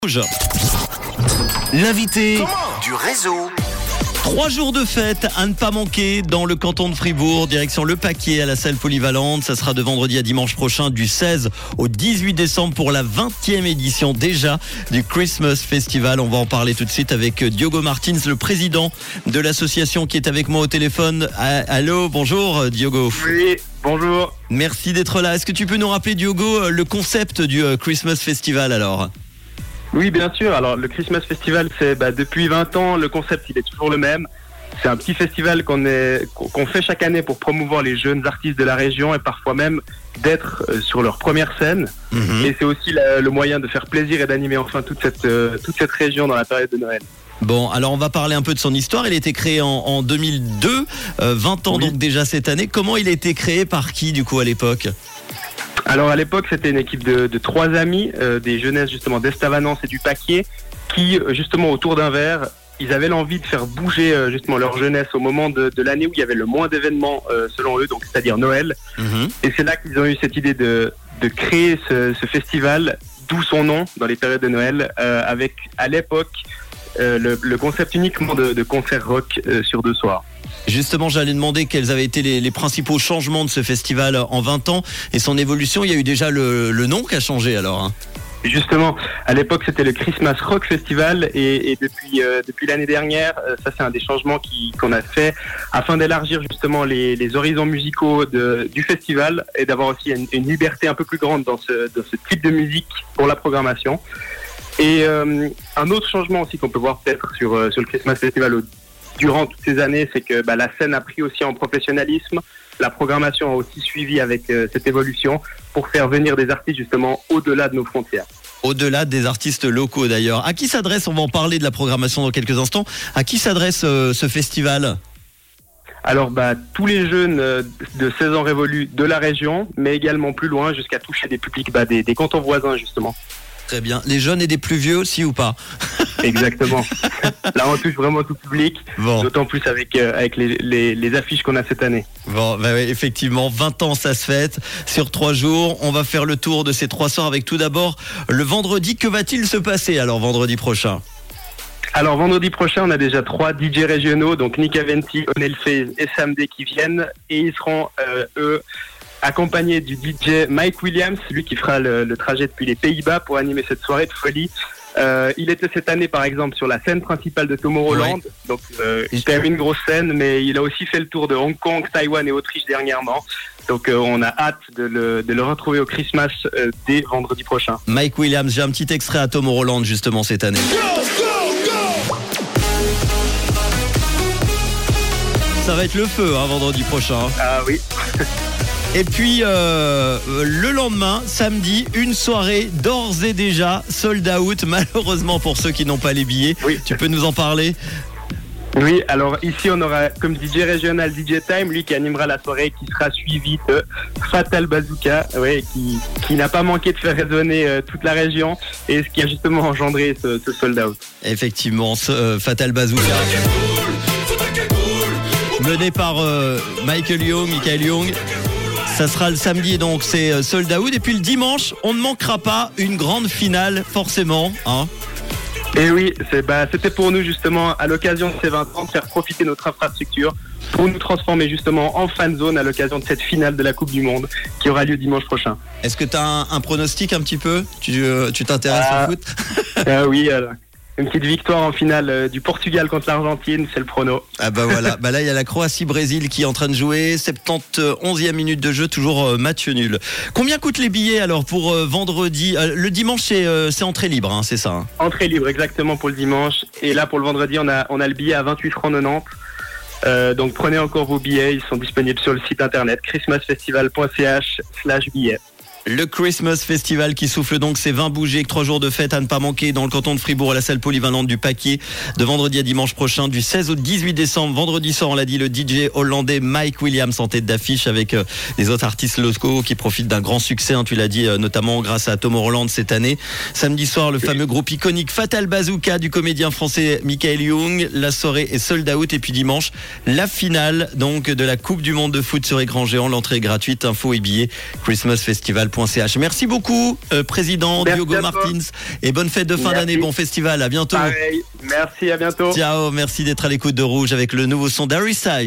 L'invité du réseau. 3 jours de fête à ne pas manquer dans le canton de Fribourg, direction Le Paquier à la salle polyvalente. Ça sera de vendredi à dimanche prochain, du 16 au 18 décembre pour la 20e édition déjà du Christmas Festival. On va en parler tout de suite avec Diogo Martins, le président de l'association qui est avec moi au téléphone. Allô, bonjour Diogo. Oui, bonjour. Merci d'être là. Est-ce que tu peux nous rappeler, Diogo, le concept du Christmas Festival alors ? Oui, bien sûr. Alors, le Christmas Festival, c'est depuis 20 ans, le concept, il est toujours le même. C'est un petit festival qu'on fait chaque année pour promouvoir les jeunes artistes de la région et parfois même d'être sur leur première scène. Et c'est aussi le moyen de faire plaisir et d'animer enfin toute cette région dans la période de Noël. Bon, alors on va parler un peu de son histoire. Il a été créé en 2002, 20 ans donc déjà cette année. Comment il a été créé, par qui du coup à l'époque ? Alors à l'époque, c'était une équipe de 3 amis, des jeunesses justement d'Estavanance et du Paquier, qui justement autour d'un verre, ils avaient l'envie de faire bouger justement leur jeunesse au moment de l'année où il y avait le moins d'événements selon eux, donc c'est-à-dire Noël. Et c'est là qu'ils ont eu cette idée de créer ce festival, d'où son nom dans les périodes de Noël, avec à l'époque le concept uniquement de concert rock sur 2 soirs. Justement, j'allais demander quels avaient été les principaux changements de ce festival en 20 ans et son évolution. Il y a eu déjà le nom qui a changé alors. Hein. Justement, à l'époque, c'était le Christmas Rock Festival et depuis l'année dernière, ça c'est un des changements qu'on a fait afin d'élargir justement les horizons musicaux du festival et d'avoir aussi une liberté un peu plus grande dans ce type de musique pour la programmation. Et un autre changement aussi qu'on peut voir peut-être sur le Christmas Festival durant toutes ces années, c'est que la scène a pris aussi en professionnalisme. La programmation a aussi suivi avec cette évolution pour faire venir des artistes justement au-delà de nos frontières. Au-delà des artistes locaux d'ailleurs. À qui s'adresse, on va en parler de la programmation dans quelques instants, à qui s'adresse ce festival ? Alors tous les jeunes de 16 ans révolus de la région, mais également plus loin jusqu'à toucher des publics des cantons voisins justement. Très bien. Les jeunes et des plus vieux aussi ou pas ? Exactement. Là, on touche vraiment tout public, d'autant plus avec les affiches qu'on a cette année. Bon, oui, effectivement, 20 ans, ça se fête sur 3 jours. On va faire le tour de ces 3 soirs avec tout d'abord le vendredi. Que va-t-il se passer alors vendredi prochain ? Alors vendredi prochain, on a déjà 3 DJ régionaux, donc Nick Aventi, Onel Fez et Samdé qui viennent, et ils seront accompagné du DJ Mike Williams, lui qui fera le trajet depuis les Pays-Bas pour animer cette soirée de folie. Il était cette année par exemple sur la scène principale de Tomorrowland, donc c'était une grosse scène, mais il a aussi fait le tour de Hong Kong, Taïwan et Autriche dernièrement. Donc on a hâte de le retrouver au Christmas dès vendredi prochain. Mike Williams, j'ai un petit extrait à Tomorrowland justement cette année. Ça va être le feu vendredi prochain. Ah oui. Et puis le lendemain, samedi, une soirée d'ores et déjà sold out, malheureusement pour ceux qui n'ont pas les billets. Oui. Tu peux nous en parler ? Oui, alors ici on aura comme DJ régional DJ Time, lui qui animera la soirée, qui sera suivi de Fatal Bazooka, qui n'a pas manqué de faire résonner toute la région et ce qui a justement engendré ce sold out. Effectivement, Fatal Bazooka. Mené par Michael Young. Ça sera le samedi, donc c'est sold out. Et puis le dimanche, on ne manquera pas une grande finale, forcément. Hein. Et oui, c'était pour nous justement, à l'occasion de ces 20 ans, de faire profiter notre infrastructure pour nous transformer justement en fan zone à l'occasion de cette finale de la Coupe du Monde qui aura lieu dimanche prochain. Est-ce que tu as un pronostic un petit peu ? Tu t'intéresses au foot ? Oui, une petite victoire en finale du Portugal contre l'Argentine, c'est le prono. Ah voilà, là il y a la Croatie-Brésil qui est en train de jouer, 71e minute de jeu, toujours match nul. Combien coûtent les billets alors pour vendredi ? Le dimanche c'est entrée libre, hein, c'est ça hein ? Entrée libre exactement pour le dimanche, et là pour le vendredi on a le billet à 28 francs 90. Donc prenez encore vos billets, ils sont disponibles sur le site internet christmasfestival.ch/billets. Le Christmas Festival qui souffle donc ses 20 bougies avec 3 jours de fête à ne pas manquer dans le canton de Fribourg à la salle polyvalente du Paquier de vendredi à dimanche prochain du 16 au 18 décembre. Vendredi soir, on l'a dit, le DJ hollandais Mike Williams en tête d'affiche avec les autres artistes locaux qui profitent d'un grand succès, tu l'as dit, notamment grâce à Tomorrowland cette année. Samedi soir, le fameux groupe iconique Fatal Bazooka du comédien français Michael Young. La soirée est sold out et puis dimanche, la finale donc de la Coupe du Monde de foot sur écran géant. L'entrée est gratuite, infos et billets christmasfestival.ch. rouge-festival.ch. Merci beaucoup, président Diogo Martins. Et bonne fête de fin d'année, bon festival, à bientôt. Pareil. Merci, à bientôt. Ciao, merci d'être à l'écoute de Rouge avec le nouveau son d'Harry Styles.